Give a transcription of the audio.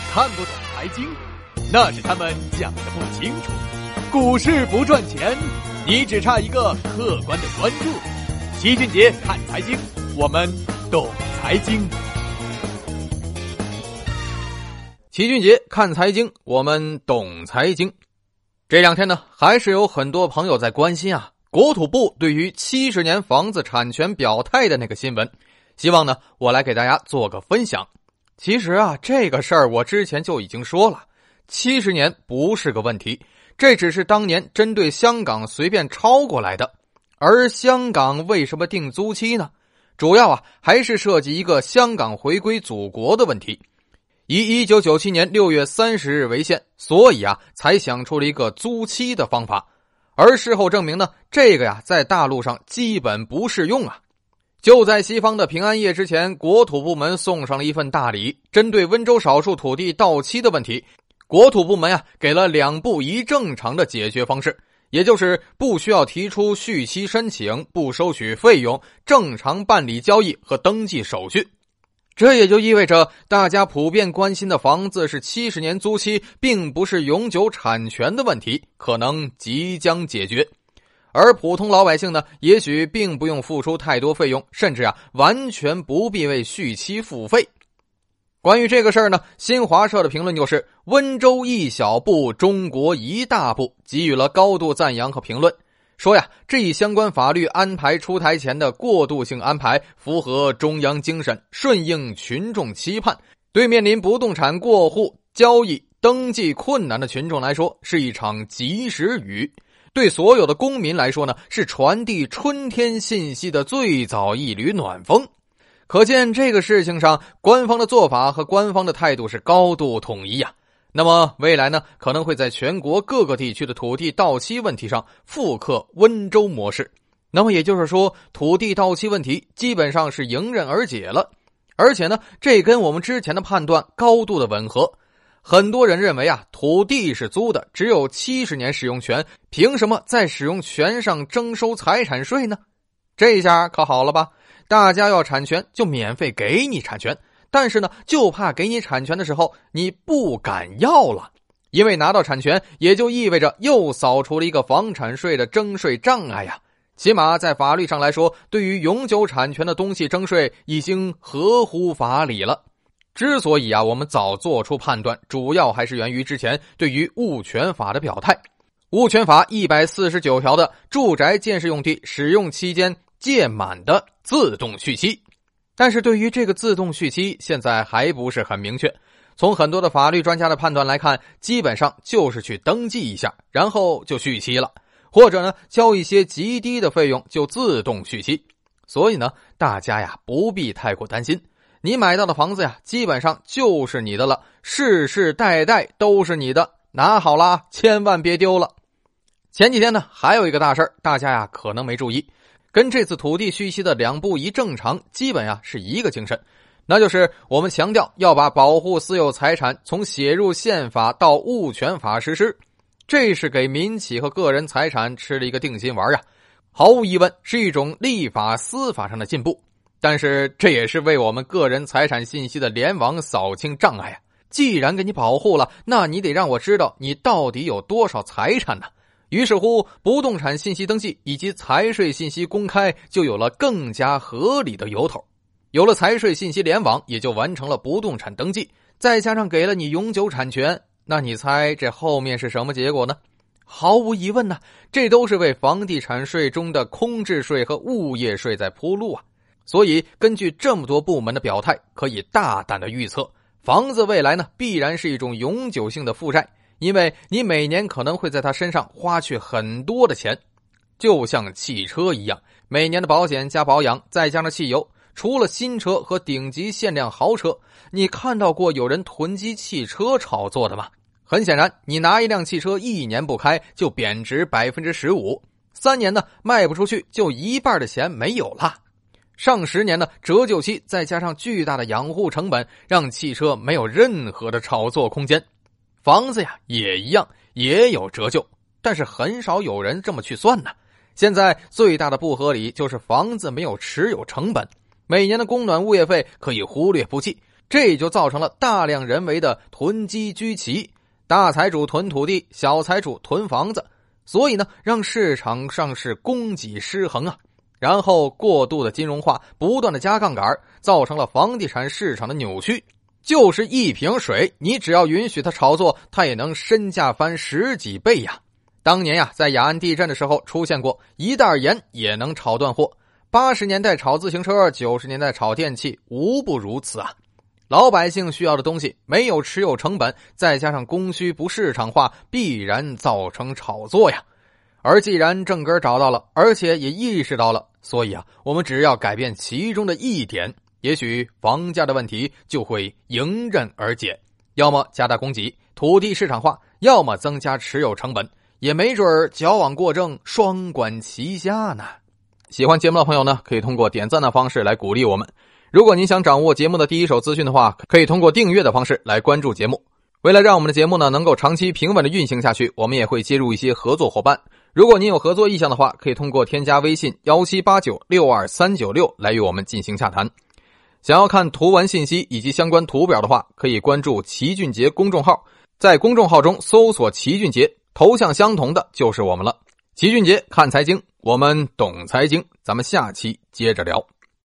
看不懂财经，那是他们讲的不清楚。股市不赚钱，你只差一个客观的关注。齐俊杰看财经，我们懂财经。 齐俊杰看财经，我们懂财经。这两天呢，还是有很多朋友在关心国土部对于70年房子产权表态的那个新闻，希望呢我来给大家做个分享。其实这个事儿我之前就已经说了，70年不是个问题，这只是当年针对香港随便抄过来的。而香港为什么定租期呢？主要还是涉及一个香港回归祖国的问题。以1997年6月30日为限，所以才想出了一个租期的方法。而事后证明呢，这个在大陆上基本不适用就在西方的平安夜之前，国土部门送上了一份大礼，针对温州少数土地到期的问题，国土部门给了2步一正常的解决方式，也就是不需要提出续期申请，不收取费用，正常办理交易和登记手续。这也就意味着大家普遍关心的房子是70年租期，并不是永久产权的问题，可能即将解决。而普通老百姓呢，也许并不用付出太多费用，甚至完全不必为续期付费。关于这个事儿呢，新华社的评论就是温州一小步，中国一大步，给予了高度赞扬和评论，说这一相关法律安排出台前的过渡性安排符合中央精神，顺应群众期盼，对面临不动产过户、交易、登记困难的群众来说是一场及时雨，对所有的公民来说呢，是传递春天信息的最早一缕暖风。可见这个事情上，官方的做法和官方的态度是高度统一那么未来呢，可能会在全国各个地区的土地到期问题上复刻温州模式。那么也就是说，土地到期问题基本上是迎刃而解了。而且呢，这跟我们之前的判断高度的吻合。很多人认为土地是租的，只有70年使用权，凭什么在使用权上征收财产税呢？这下可好了吧，大家要产权就免费给你产权，但是呢，就怕给你产权的时候你不敢要了，因为拿到产权也就意味着又扫除了一个房产税的征税障碍起码在法律上来说，对于永久产权的东西征税已经合乎法理了。之所以我们早做出判断，主要还是源于之前对于物权法的表态。物权法149条的住宅建设用地使用期间届满的自动续期。但是对于这个自动续期，现在还不是很明确。从很多的法律专家的判断来看，基本上就是去登记一下，然后就续期了，或者呢，交一些极低的费用就自动续期。所以呢，大家不必太过担心。你买到的房子基本上就是你的了，世世代代都是你的，拿好了，千万别丢了。前几天呢，还有一个大事儿，大家可能没注意，跟这次土地续期的2步一正常基本是一个精神，那就是我们强调要把保护私有财产从写入宪法到物权法实施，这是给民企和个人财产吃了一个定心丸毫无疑问是一种立法司法上的进步。但是这也是为我们个人财产信息的联网扫清障碍既然给你保护了，那你得让我知道你到底有多少财产呢？于是乎，不动产信息登记以及财税信息公开就有了更加合理的由头。有了财税信息联网，也就完成了不动产登记，再加上给了你永久产权，那你猜这后面是什么结果呢？毫无疑问这都是为房地产税中的空置税和物业税在铺路所以根据这么多部门的表态，可以大胆的预测，房子未来呢必然是一种永久性的负债，因为你每年可能会在它身上花去很多的钱。就像汽车一样，每年的保险加保养再加上汽油，除了新车和顶级限量豪车，你看到过有人囤积汽车炒作的吗？很显然，你拿一辆汽车1年不开就贬值 15%，3年呢卖不出去就一半的钱没有了。上10年的折旧期再加上巨大的养护成本，让汽车没有任何的炒作空间。房子也一样，也有折旧，但是很少有人这么去算呢。现在最大的不合理就是房子没有持有成本，每年的供暖物业费可以忽略不计， 这就造成了大量人为的囤积居奇，大财主囤土地，小财主囤房子，所以呢，让市场上是供给失衡啊。然后过度的金融化，不断的加杠杆，造成了房地产市场的扭曲。就是一瓶水，你只要允许它炒作，它也能身价翻10几倍呀。当年呀，在雅安地震的时候出现过一袋盐也能炒断货，80年代炒自行车，90年代炒电器，无不如此啊。老百姓需要的东西没有持有成本，再加上供需不市场化，必然造成炒作呀。而既然正根找到了，而且也意识到了，所以啊，我们只要改变其中的一点，也许房价的问题就会迎刃而解。要么加大供给，土地市场化，要么增加持有成本，也没准矫枉过正，双管齐下呢。喜欢节目的朋友呢，可以通过点赞的方式来鼓励我们。如果您想掌握节目的第一手资讯的话，可以通过订阅的方式来关注节目。为了让我们的节目呢能够长期平稳的运行下去，我们也会接入一些合作伙伴。如果您有合作意向的话，可以通过添加微信17896236来与我们进行洽谈。想要看图文信息以及相关图表的话，可以关注齐俊杰公众号，在公众号中搜索齐俊杰，头像相同的就是我们了。齐俊杰看财经，我们懂财经，咱们下期接着聊。